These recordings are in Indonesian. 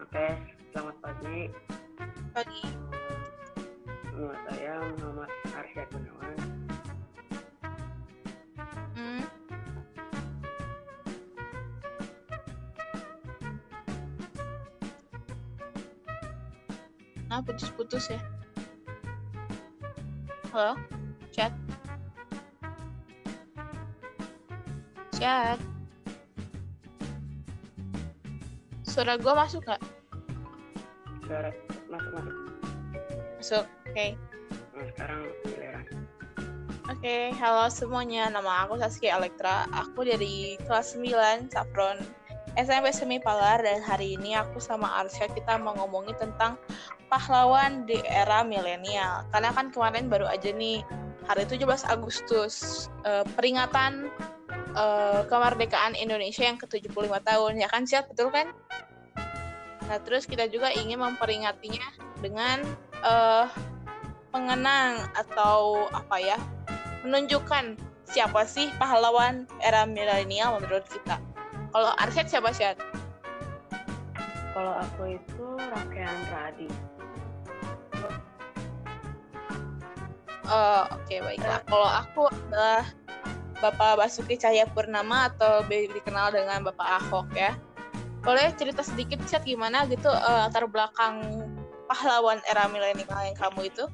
Oke, selamat pagi. Pagi. Nama saya Muhammad Arsyad Gunawan. Putus-putus ya. Halo, chat. Suara gue masuk nggak? Suara masuk. Masuk, oke. Nah, sekarang giliran. Oke, halo semuanya. Nama aku Saskia Elektra. Aku dari kelas 9 Saffron SMP Semi Palar, dan hari ini aku sama Arsyad kita mau ngomongin tentang pahlawan di era milenial. Karena kan kemarin baru aja nih hari 17 Agustus peringatan kemerdekaan Indonesia yang ke-75 tahun. Ya kan, Syad? Betul kan? Nah, terus kita juga ingin memperingatinya dengan mengenang atau menunjukkan siapa sih pahlawan era milenial menurut kita. Kalau Arsyad siapa, Syad? Kalau aku itu Raffian Radi. Oke, baiklah. Kalau aku adalah Bapak Basuki Cahayapurnama atau dikenal dengan Bapak Ahok ya. Boleh cerita sedikit, Syad, gimana gitu latar belakang pahlawan era milenial yang kamu itu?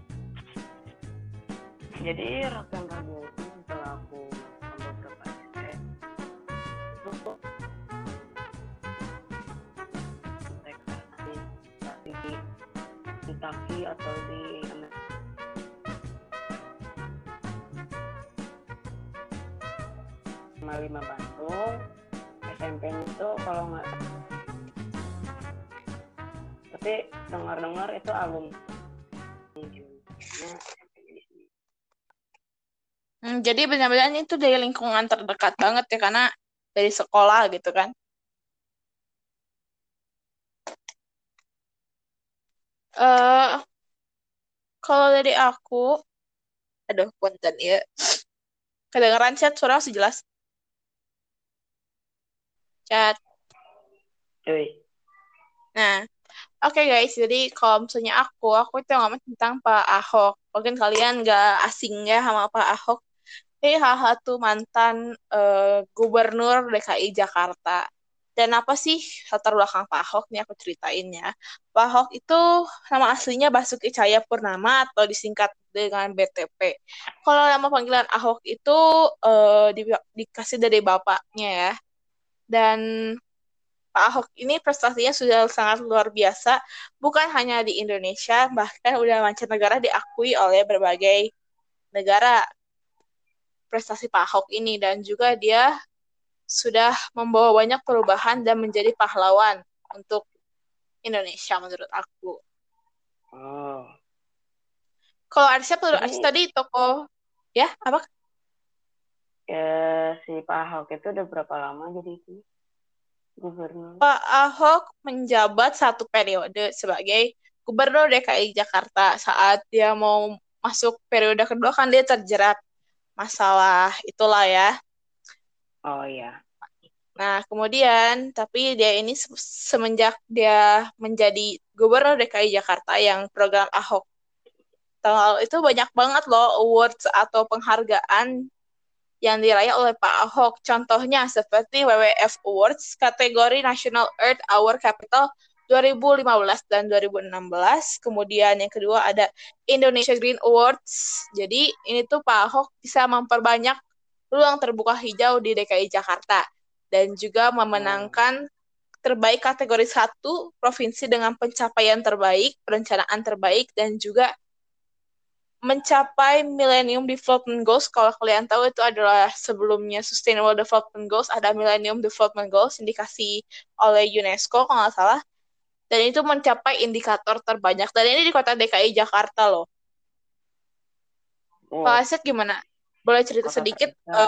Jadi Raffian Radi itu setelah aku beberapa SD itu di Taki atau di Lima Bandung. SMP itu kalau nggak, tapi dengar itu alumni. Jadi benar-benar itu dari lingkungan terdekat banget ya, karena dari sekolah gitu kan. Kalau dari aku, aduh, punten ya. Kedengeran, Chat? Suara masih jelas? Chat. Nah, oke guys, jadi kalau misalnya aku itu ngomong tentang Pak Ahok. Mungkin kalian gak asing ya sama Pak Ahok. Ini salah satu mantan gubernur DKI Jakarta. Dan apa sih latar belakang Pak Ahok? Nih aku ceritain ya. Pak Ahok itu nama aslinya Basuki Cahayapurnama atau disingkat dengan BTP. Kalau nama panggilan Ahok itu dikasih dari bapaknya ya. Dan Pak Ahok ini prestasinya sudah sangat luar biasa, bukan hanya di Indonesia, bahkan udah mancanegara diakui oleh berbagai negara prestasi Pak Ahok ini, dan juga dia sudah membawa banyak perubahan dan menjadi pahlawan untuk Indonesia menurut aku. Oh. Kalau Arsyad tadi tokoh ya apa? Si Pak Ahok itu udah berapa lama jadi itu gubernur? Pak Ahok menjabat 1 periode sebagai gubernur DKI Jakarta. Saat dia mau masuk periode kedua kan dia terjerat masalah itulah ya. Oh iya. Nah, kemudian, tapi dia ini semenjak dia menjadi gubernur DKI Jakarta yang program Ahok tahun lalu itu banyak banget loh awards atau penghargaan yang diraih oleh Pak Ahok. Contohnya seperti WWF Awards kategori National Earth Hour Capital 2015 dan 2016. Kemudian yang kedua ada Indonesia Green Awards. Jadi ini tuh Pak Ahok bisa memperbanyak ruang terbuka hijau di DKI Jakarta dan juga memenangkan terbaik kategori 1 provinsi dengan pencapaian terbaik, perencanaan terbaik, dan juga mencapai Millennium Development Goals. Kalau kalian tahu itu adalah sebelumnya Sustainable Development Goals, ada Millennium Development Goals yang dikasih oleh UNESCO kalau nggak salah. Dan itu mencapai indikator terbanyak. Dan ini di kota DKI Jakarta loh. Pak Asyid gimana? Boleh cerita Kota sedikit?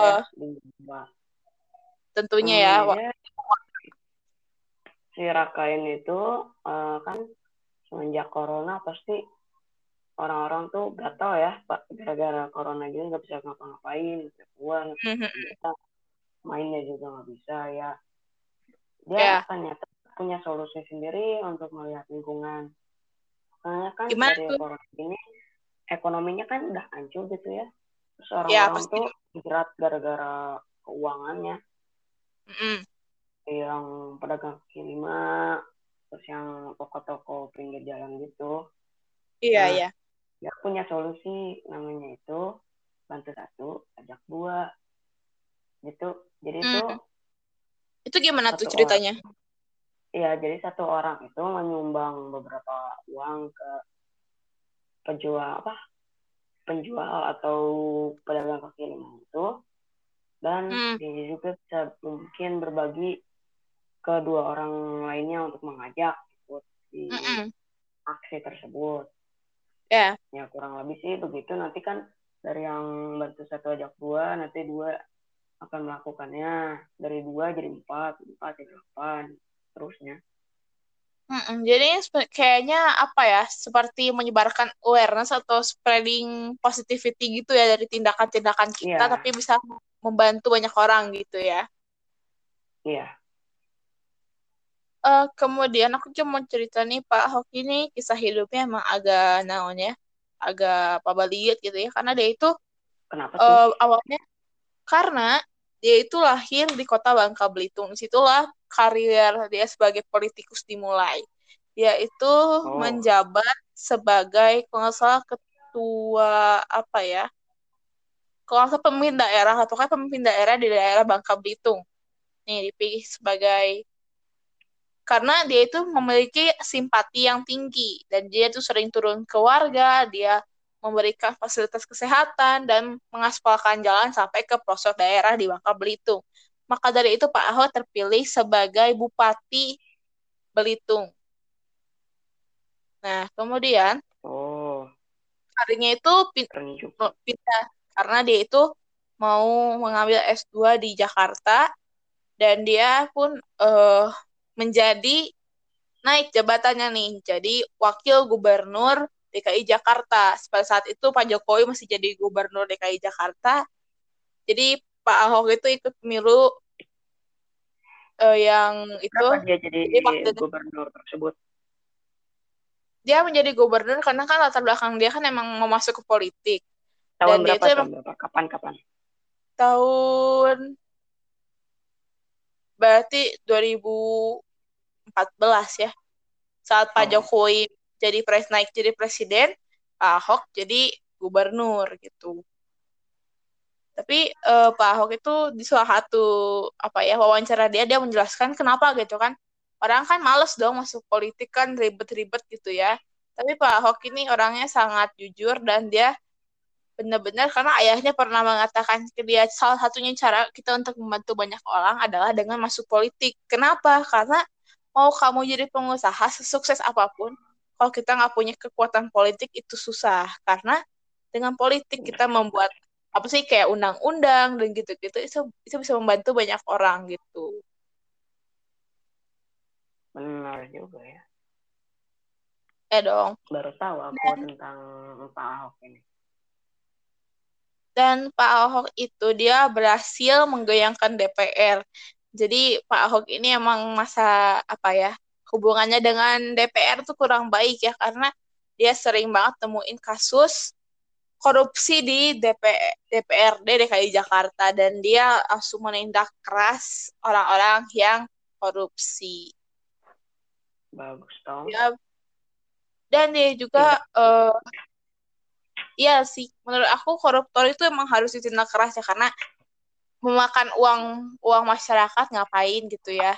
Tentunya ya. Si Rakain itu kan semenjak corona pasti orang-orang tuh gatal ya, Pak, gara-gara corona gitu nggak bisa ngapa-ngapain, nggak bisa keluar, nggak bisa mainnya juga nggak bisa ya. Dia ternyata punya solusi sendiri untuk melihat lingkungan. Karena kan Gimana dari tuh? corona ini ekonominya kan udah hancur gitu ya. Terus Ya, orang-orang pasti tuh dong. jerat gara-gara keuangannya. Mm-mm. Yang pedagang kaki lima, terus yang toko-toko pinggir jalan gitu. Iya, Nah, iya. dia punya solusi namanya itu bantu satu, ajak dua gitu. Jadi itu Hmm. Itu gimana tuh satu orang, ceritanya? ya jadi satu orang itu menyumbang beberapa uang ke penjual penjual atau pedagang kaki lima itu, dan Hmm. dia juga bisa mungkin berbagi ke dua orang lainnya untuk mengajak ikut di Mm-mm. aksi tersebut. Ya. Ya kurang lebih sih begitu. Nanti kan dari yang bantu satu ajak dua, nanti dua akan melakukannya, dari dua jadi empat, empat jadi delapan, terusnya. Mm-mm. Jadi kayaknya apa ya, seperti menyebarkan awareness atau spreading positivity gitu ya dari tindakan-tindakan kita, Iya, tapi bisa membantu banyak orang gitu ya. iya. Kemudian aku cuma mau cerita nih, Pak Ahok ini kisah hidupnya emang agak naon ya, agak pabaliut gitu ya, karena dia itu Kenapa tuh? awalnya karena dia itu lahir di kota Bangka Belitung. Disitulah karir dia sebagai politikus dimulai. Dia itu Oh, menjabat sebagai kalau nggak salah ketua apa ya, kalau nggak salah pemimpin daerah atau kan pemimpin daerah di daerah Bangka Belitung. Nih dipilih sebagai karena dia itu memiliki simpati yang tinggi dan dia itu sering turun ke warga, dia memberikan fasilitas kesehatan dan mengaspalkan jalan sampai ke pelosok daerah di Bangka Belitung. Maka dari itu Pak Ahok terpilih sebagai Bupati Belitung. Nah, kemudian oh, karirnya itu keren juga. pindah karena dia itu mau mengambil S2 di Jakarta dan dia pun eh, menjadi naik jabatannya nih, jadi wakil gubernur DKI Jakarta. Pada saat itu Pak Jokowi masih jadi gubernur DKI Jakarta. Jadi Pak Ahok itu ikut pemilu yang itu. Kenapa dia jadi Jadi waktu gubernur tersebut? dia menjadi gubernur karena kan latar belakang dia kan emang mau masuk ke politik. Dan Tahun dia berapa, itu emang tahun berapa? Kapan? tahun berarti 2014 ya. Saat Pak Oh, Jokowi naik jadi presiden, Pak Ahok jadi gubernur gitu. Tapi Pak Ahok itu di salah satu apa ya wawancara dia menjelaskan kenapa gitu kan. Orang kan males dong masuk politik kan ribet-ribet gitu ya. Tapi Pak Ahok ini orangnya sangat jujur dan dia benar-benar karena ayahnya pernah mengatakan ke dia salah satunya cara kita untuk membantu banyak orang adalah dengan masuk politik. Kenapa? Karena mau kamu jadi pengusaha sesukses apapun, kalau kita nggak punya kekuatan politik itu susah. Karena dengan politik kita membuat apa sih kayak undang-undang dan gitu-gitu itu bisa membantu banyak orang gitu. benar juga ya. Ya dong. Baru tahu aku Dan tentang Pak Ahok ini. dan Pak Ahok itu dia berhasil menggoyangkan DPR. Jadi Pak Ahok ini emang masa apa ya hubungannya dengan DPR tuh kurang baik ya karena dia sering banget temuin kasus korupsi di DPRD DKI Jakarta dan dia langsung menindak keras orang-orang yang korupsi. Bagus dong. Ya, dan dia juga Tidak. eh, iya sih menurut aku koruptor itu emang harus ditindak keras ya karena memakan uang uang masyarakat ngapain gitu ya.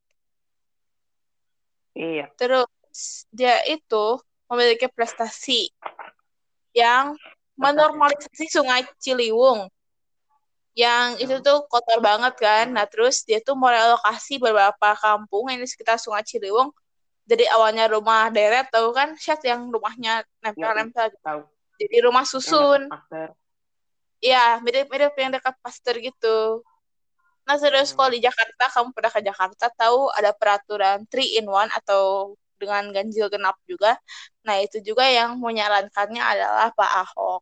Iya. Terus dia itu memiliki prestasi yang Prestasi apa? menormalisasi Sungai Ciliwung yang itu Oh, tuh kotor banget kan. Nah, terus dia tuh mau relokasi beberapa kampung yang di sekitar Sungai Ciliwung. Jadi awalnya rumah deret, tahu kan, Syat yang rumahnya yoi. nempel-nempel gitu. Tahu. Jadi rumah Yang susun. dekat pasar. Iya, mirip-mirip yang dekat Pasteur gitu. Nah, terus kalau Hmm. di Jakarta, kamu pernah ke Jakarta, tahu ada peraturan 3 in 1 atau dengan ganjil genap juga. Nah, itu juga yang menyarankannya adalah Pak Ahok.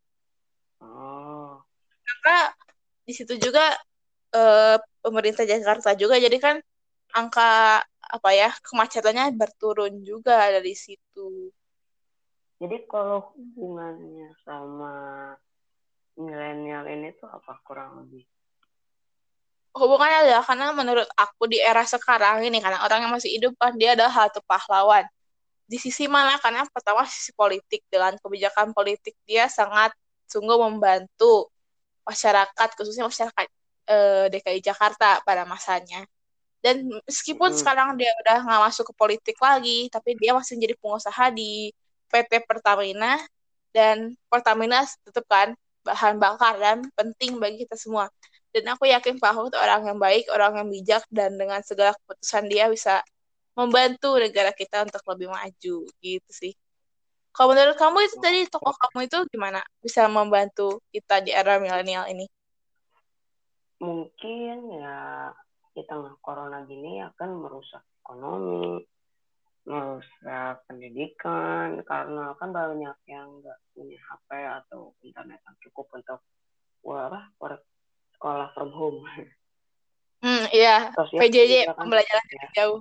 Oh, Maka di situ juga eh, pemerintah Jakarta juga, jadi kan angka apa ya kemacetannya berturun juga dari situ. Jadi kalau hubungannya sama milenial ini tuh apa kurang lebih? Hubungannya adalah karena menurut aku di era sekarang ini karena orang yang masih hidup kan dia adalah satu pahlawan. Di sisi mana? Karena pertama sisi politik dengan kebijakan politik dia sangat sungguh membantu masyarakat khususnya masyarakat DKI Jakarta pada masanya. Dan meskipun Mm-mm. sekarang dia udah nggak masuk ke politik lagi, tapi dia masih jadi pengusaha di PT Pertamina dan Pertamina tetap kan bahan bakar dan penting bagi kita semua. Dan aku yakin Pak Ahok itu orang yang baik, orang yang bijak, dan dengan segala keputusan dia bisa membantu negara kita untuk lebih maju gitu sih. Kalau menurut kamu itu tadi tokoh kamu itu gimana bisa membantu kita di era milenial ini? Mungkin ya di tengah corona gini akan merusak ekonomi, merusak pendidikan, karena kan banyak yang nggak punya HP atau internet yang cukup untuk sekolah from home. Iya, Sosial PJJ juga kan pembelajaran ya. jarak jauh.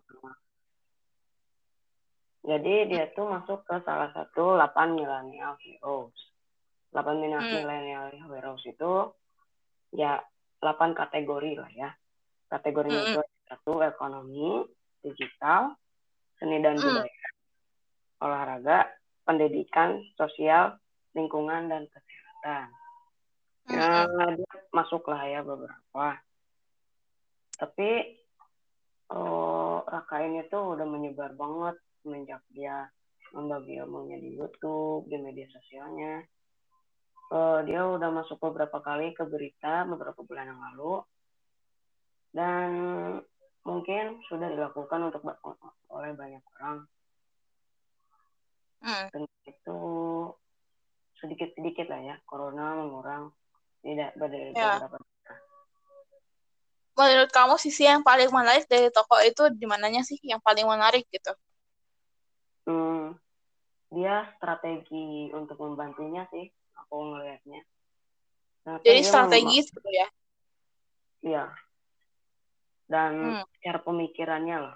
Jadi dia tuh masuk ke salah satu 8 millennial heroes. 8 Hmm, millennial heroes itu ya 8 kategori lah ya. Kategorinya hmm, itu satu ekonomi, digital, seni dan hmm, budaya, olahraga, pendidikan, sosial, lingkungan dan kesehatan. hmm, Ya hmm. dia masuk lah ya beberapa. Tapi Raka ini tuh udah menyebar banget semenjak dia membagi ilmunya di YouTube, di media sosialnya. Dia udah masuk beberapa kali ke berita beberapa bulan yang lalu dan mungkin sudah dilakukan oleh banyak orang. Hmm. Dan itu sedikit-sedikit lah ya, corona mengurang tidak dari Ya, beberapa. menurut kamu sisi yang paling menarik dari toko itu di mananya sih yang paling menarik gitu? Hmm, dia strategi untuk membantunya sih, aku ngelihatnya. Nah, kan Jadi dia strategis gitu ya. ya, dan Hmm. cara pemikirannya lah.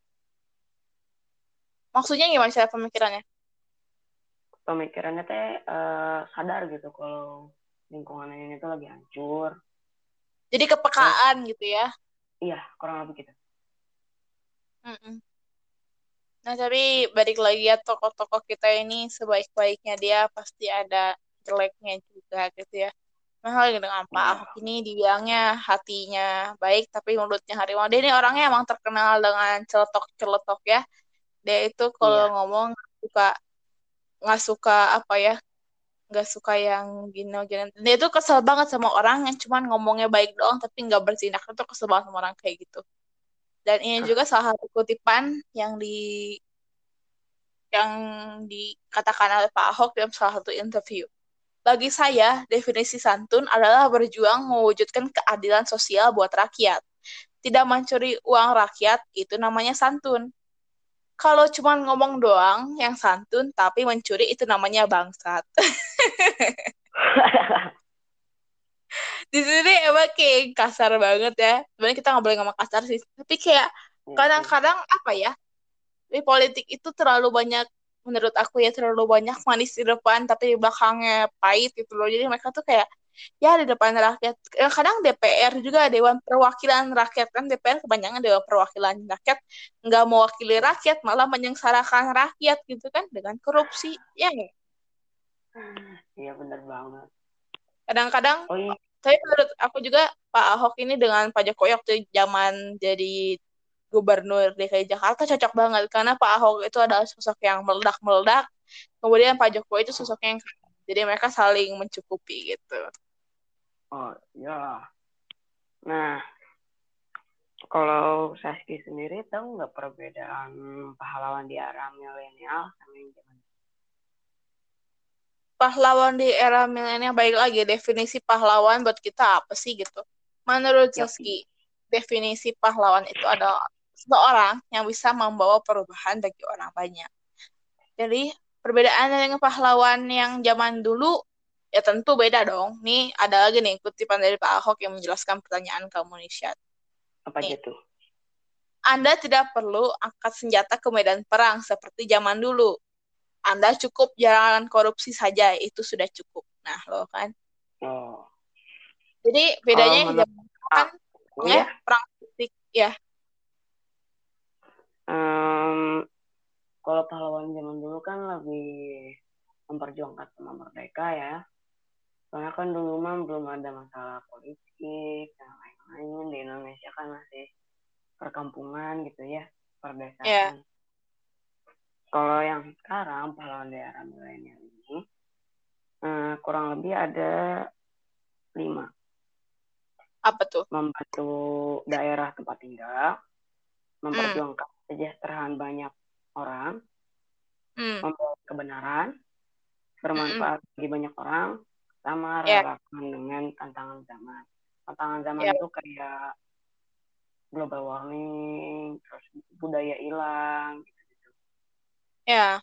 Maksudnya gimana cara pemikirannya? Pemikirannya teh sadar gitu kalau lingkungan ini tuh lagi hancur. Jadi Terus kepekaan gitu ya. iya kurang lebih gitu. Mm-mm. Nah, tapi balik lagi ya tokoh-tokoh kita ini sebaik-baiknya dia pasti ada jeleknya juga gitu ya. Nah, hal dengan Pak Iya. Ahok ini dibilangnya hatinya baik tapi mulutnya harimau. Dia ini orangnya emang terkenal dengan celetok-celetok ya. Dia itu kalau Iya. ngomong suka nggak suka apa ya, nggak suka yang gini-gini. Dia itu kesel banget sama orang yang cuman ngomongnya baik doang tapi nggak bertindak. Itu kesel banget sama orang kayak gitu. Dan ini juga salah satu kutipan yang dikatakan oleh Pak Ahok dalam salah satu interview. Bagi saya, definisi santun adalah berjuang mewujudkan keadilan sosial buat rakyat. Tidak mencuri uang rakyat, itu namanya santun. Kalau cuma ngomong doang yang santun, tapi mencuri itu namanya bangsat. Di sini emang kayak kasar banget ya. Sebenarnya kita nggak boleh ngomong kasar sih. Tapi kayak Iya sih. kadang-kadang apa ya, di politik itu terlalu banyak menurut aku ya terlalu banyak manis di depan tapi di belakangnya pahit gitu loh jadi mereka tuh kayak ya di depan rakyat kadang DPR juga Dewan Perwakilan Rakyat kan DPR kebanyakan Dewan Perwakilan Rakyat nggak mewakili rakyat malah menyengsarakan rakyat gitu kan dengan korupsi ya nggak? Iya benar banget. Kadang-kadang Oh iya. tapi menurut aku juga Pak Ahok ini dengan Pak Jokowi waktu zaman jadi Gubernur DKI Jakarta cocok banget karena Pak Ahok itu adalah sosok yang meledak-meledak, kemudian Pak Jokowi itu sosoknya yang kalem. Jadi mereka saling mencukupi gitu. Oh iya. Nah, kalau Saski sendiri tahu nggak perbedaan pahlawan di era milenial sama yang zaman? Pahlawan di era milenial baik lagi definisi pahlawan buat kita apa sih gitu? Menurut Yapi. Saski, definisi pahlawan itu adalah seseorang yang bisa membawa perubahan bagi orang banyak. Jadi perbedaan dengan pahlawan yang zaman dulu ya tentu beda dong. Nih ada lagi nih kutipan dari Pak Ahok yang menjelaskan pertanyaan kamu Nisha. Apa Nih, aja tuh? Anda tidak perlu angkat senjata ke medan perang seperti zaman dulu. Anda cukup jangan korupsi saja, itu sudah cukup. Nah, lo kan. Oh, Jadi kalau bedanya menurut zaman dulu kan aku ya, perang fisik ya. em, kalau pahlawan zaman dulu kan lebih memperjuangkan sama merdeka ya. Soalnya kan dulu mah belum ada masalah politik dan lain-lain. Di Indonesia kan masih perkampungan gitu ya, Ya, perdesaan. Kalau yang sekarang pahlawan daerah milenial ini kurang lebih ada 5. apa tuh? Membantu daerah tempat tinggal, Hmm, memperjuangkan kesejahteraan banyak orang, hmm, membawa kebenaran, hmm, bermanfaat bagi banyak orang, sama ya, relevan dengan tantangan zaman. Tantangan zaman ya, tuh kayak global warming, terus budaya hilang. ya.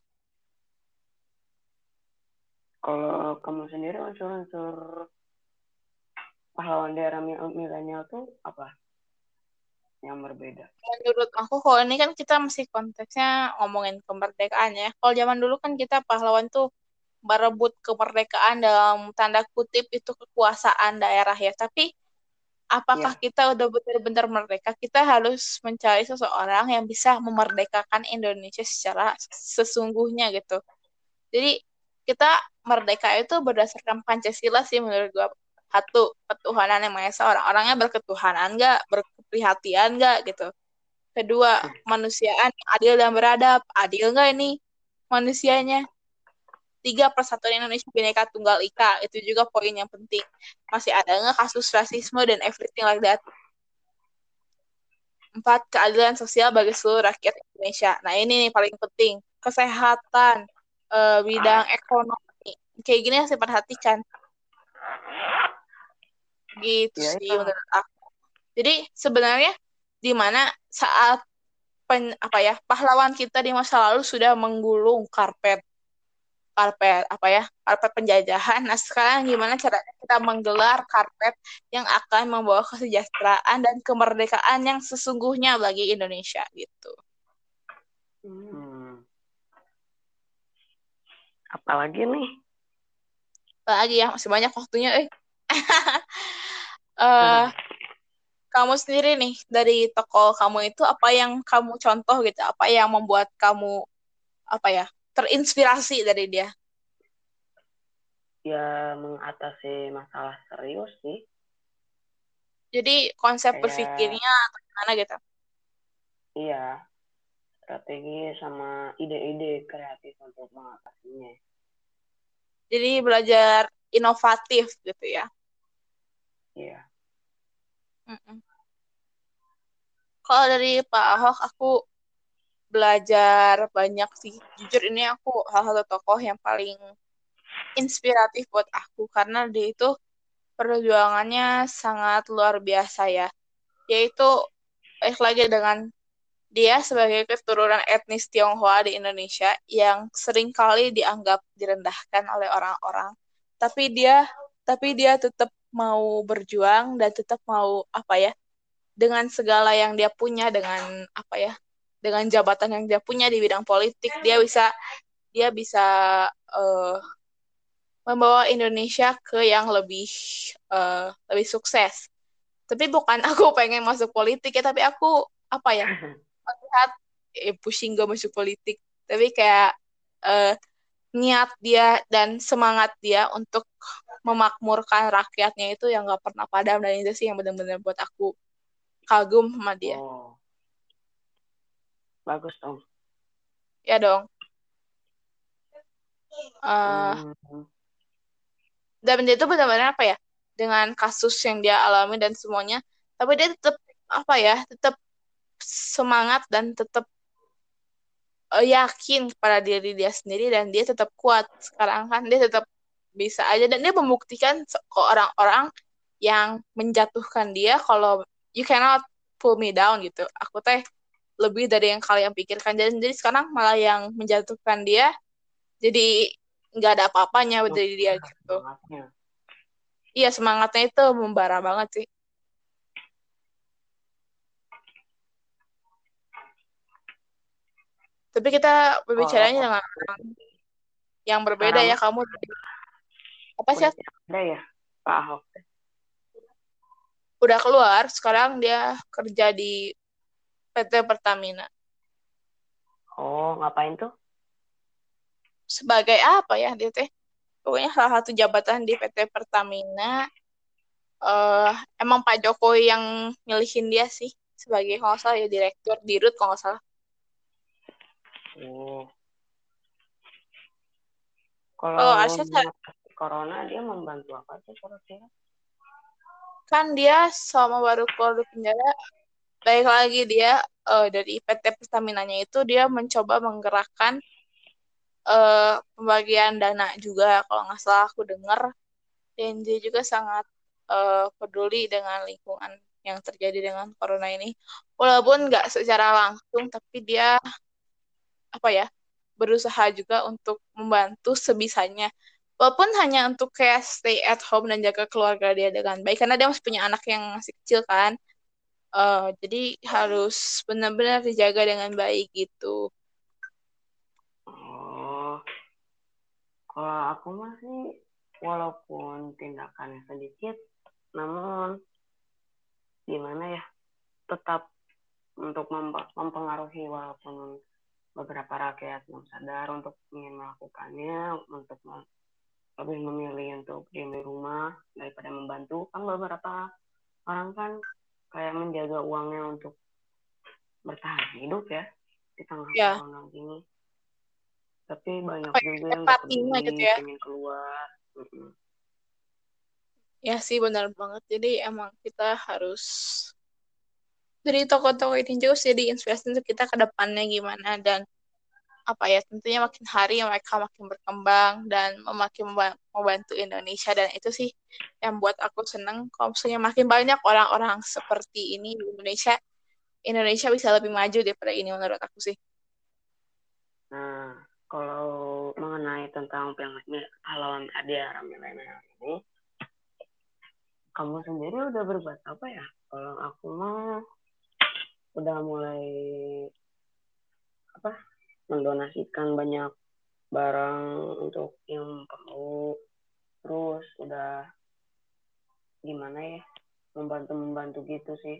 Kalau kamu sendiri unsur-unsur pahlawan daerah milenial tuh apa yang berbeda? Menurut aku kalau ini kan kita masih konteksnya ngomongin kemerdekaan ya. Kalau zaman dulu kan kita pahlawan tuh berebut kemerdekaan dalam tanda kutip itu kekuasaan daerah ya. Tapi apakah Ya, kita udah benar-benar merdeka? Kita harus mencari seseorang yang bisa memerdekakan Indonesia secara sesungguhnya gitu. Jadi kita merdeka itu berdasarkan Pancasila sih menurut gua. Satu, ketuhanan yang Maha Esa, orang-orangnya berketuhanan nggak, berkeprihatinan nggak gitu. Kedua, kemanusiaan yang adil dan beradab. Adil nggak ini manusianya? Tiga, persatuan Indonesia Bhinneka Tunggal Ika. Itu juga poin yang penting. Masih ada nggak kasus rasisme dan everything like that? Empat, keadilan sosial bagi seluruh rakyat Indonesia. Nah, ini nih paling penting. Kesehatan, bidang ekonomi. Kayak gini harus diperhatikan. Gitu ya sih itu. menurut aku. Jadi sebenarnya di mana saat apa ya pahlawan kita di masa lalu sudah menggulung karpet karpet apa ya karpet penjajahan. Nah sekarang gimana caranya kita menggelar karpet yang akan membawa kesejahteraan dan kemerdekaan yang sesungguhnya bagi Indonesia gitu. Hmm. Apalagi nih? Lagi ya masih banyak waktunya. eh Kamu sendiri nih dari tokoh kamu itu apa yang kamu contoh gitu? Apa yang membuat kamu apa ya terinspirasi dari dia? Ya mengatasi masalah serius sih. Jadi konsep Kayak berpikirnya atau gimana gitu? iya, strategi sama ide-ide kreatif untuk mengatasinya. Jadi belajar inovatif gitu ya. Iya. Mm-mm. Kalau dari Pak Ahok, aku belajar banyak sih. Jujur ini aku salah satu tokoh yang paling inspiratif buat aku karena dia itu perjuangannya sangat luar biasa ya. Yaitu lagi dengan dia sebagai keturunan etnis Tionghoa di Indonesia yang seringkali dianggap direndahkan oleh orang-orang. Tapi dia tapi dia tetap mau berjuang dan tetap mau apa ya dengan segala yang dia punya dengan apa ya dengan jabatan yang dia punya di bidang politik dia bisa uh, membawa Indonesia ke yang lebih sukses. Tapi bukan aku pengen masuk politik ya, tapi aku apa ya melihat pusing gak masuk politik. Tapi kayak uh, niat dia dan semangat dia untuk memakmurkan rakyatnya itu yang gak pernah padam dan itu sih yang benar-benar buat aku kagum sama dia. Oh, bagus dong. Ya dong. Uh, Hmm. dan dia itu benar-benar apa ya dengan kasus yang dia alami dan semuanya tapi dia tetap apa ya tetap semangat dan tetap yakin kepada diri dia sendiri dan dia tetap kuat sekarang kan dia tetap bisa aja dan dia membuktikan ke orang-orang yang menjatuhkan dia kalau you cannot pull me down gitu aku teh lebih dari yang kalian pikirkan jadi sekarang malah yang menjatuhkan dia jadi nggak ada apa-apanya dari dia gitu. Semangatnya. Iya, semangatnya itu membara banget sih. Tapi kita berbicaranya Oh, dengan yang berbeda sekarang ya. mah Kamu apa sih? udah tidak ada ya Pak Ahok. Udah keluar, sekarang dia kerja di PT Pertamina. Oh, ngapain tuh? Sebagai apa ya dia teh? Pokoknya salah satu jabatan di PT Pertamina. eh Emang Pak Jokowi yang milihin dia sih sebagai kalau nggak salah ya direktur di RUT kalau nggak salah. Oh, Kalau kalau Arsyad mengatasi corona dia membantu apa sih kira-kira? kan dia sama baru keluar dari penjara, baik lagi dia dari PT Pertaminanya itu dia mencoba menggerakkan pembagian dana juga kalau nggak salah aku dengar, dan dia juga sangat peduli dengan lingkungan yang terjadi dengan corona ini, walaupun nggak secara langsung tapi dia apa ya berusaha juga untuk membantu sebisanya, walaupun hanya untuk kayak stay at home dan jaga keluarga dia dengan baik karena dia masih punya anak yang masih kecil kan. Jadi harus benar-benar dijaga dengan baik gitu. Oh, kalau aku masih walaupun tindakannya sedikit, namun gimana ya, tetap untuk mempengaruhi walaupun beberapa rakyat yang sadar untuk ingin melakukannya, untuk lebih memilih untuk diam di rumah daripada membantu. Kan beberapa orang kan kayak menjaga uangnya untuk bertahan hidup ya di tengah Ya, corona gini. Tapi banyak apa ya, juga yang gak empatinya gitu peduli, ya. pengen keluar. Ya sih benar banget. Jadi emang kita harus dari tokoh-tokoh ini juga jadi inspirasi untuk kita ke depannya gimana, dan apa ya tentunya makin hari mereka makin berkembang dan makin membantu Indonesia, dan itu sih yang buat aku seneng kalau misalnya makin banyak orang-orang seperti ini di Indonesia. Indonesia bisa lebih maju daripada ini menurut aku sih. Nah, kalau mengenai tentang pahlawan Adia milenial ini, kamu sendiri udah berbuat apa ya? Kalau aku mah udah mulai apa mendonasikan banyak barang untuk yang perlu, terus udah gimana ya membantu gitu sih,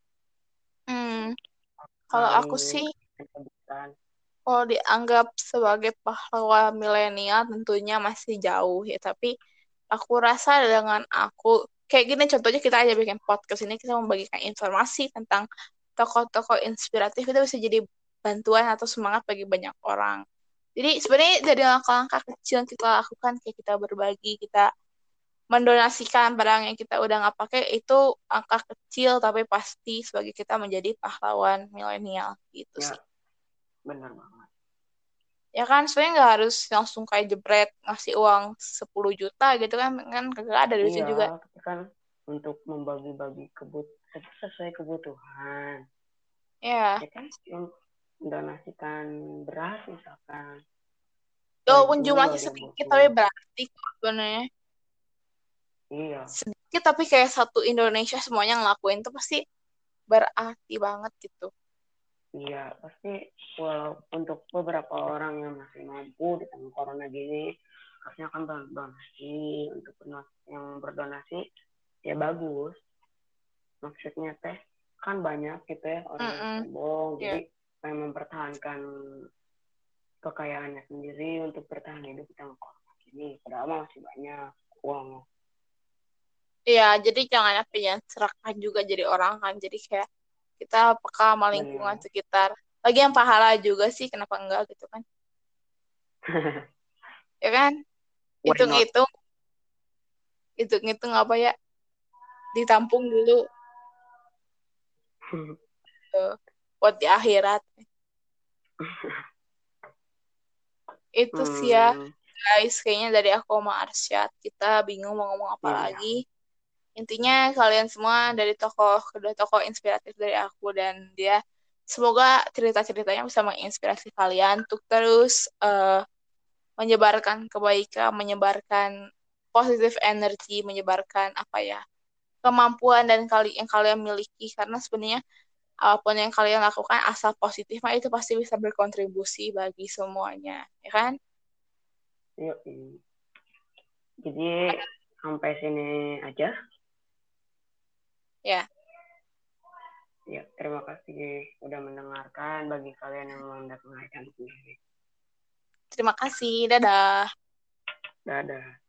Hmm, kalau kali aku sih kebutuhan. kalau dianggap sebagai pahlawan milenial tentunya masih jauh ya, tapi aku rasa dengan aku kayak gini contohnya kita aja bikin podcast ini, kita membagikan informasi tentang tokoh-tokoh inspiratif, itu bisa jadi bantuan atau semangat bagi banyak orang. Jadi sebenarnya dari langkah-langkah kecil yang kita lakukan kayak kita berbagi, kita mendonasikan barang yang kita udah nggak pakai, itu angka kecil tapi pasti sebagai kita menjadi pahlawan milenial gitu Ya, sih. benar banget. Ya kan sebenarnya nggak harus langsung kayak jebret ngasih uang 10 juta gitu kan, kan kagak ada duitnya Iya, juga. tapi kan untuk membagi-bagi sesuai kebutuhan, Ya, ya kan, mendonasikan beras misalkan, walaupun baju jumlahnya kalau dia sedikit tapi butuh. berarti kok sebenarnya. Iya, Sedikit tapi kayak satu Indonesia semuanya ngelakuin tuh pasti berarti banget gitu. iya pasti. Walau untuk beberapa orang yang masih mampu di tengah corona gini, harusnya kan berdonasi. Untuk yang berdonasi ya bagus, maksudnya teh kan banyak gitu ya orang yang Mm-mm. sombong, jadi Ya. pengen mempertahankan kekayaannya sendiri untuk bertahan hidup di tengah corona gini, padahal masih banyak uang. Iya, jadi jangan apa ya serakah juga jadi orang kan. Jadi kayak kita peka sama lingkungan Benar. sekitar. Lagi yang pahala juga sih, kenapa enggak gitu kan? Ya kan? Why not? Hitung-hitung, hitung-hitung apa ya? Ditampung dulu eh, buat di akhirat. Itu sih ya, Hmm, guys. Kayaknya dari aku sama Arsyad, kita bingung mau ngomong apa iya, lagi. Intinya kalian semua dari tokoh, kedua tokoh inspiratif dari aku dan dia. Semoga cerita-ceritanya bisa menginspirasi kalian untuk terus menyebarkan kebaikan, menyebarkan positive energy, menyebarkan apa ya kemampuan dan kali yang kalian miliki, karena sebenarnya apapun yang kalian lakukan asal positif mah itu pasti bisa berkontribusi bagi semuanya, ya kan? Yuk. Jadi sampai sini aja. Ya, Ya, terima kasih udah mendengarkan bagi kalian yang mau mendengarkan sendiri. terima kasih. Dadah. Dadah.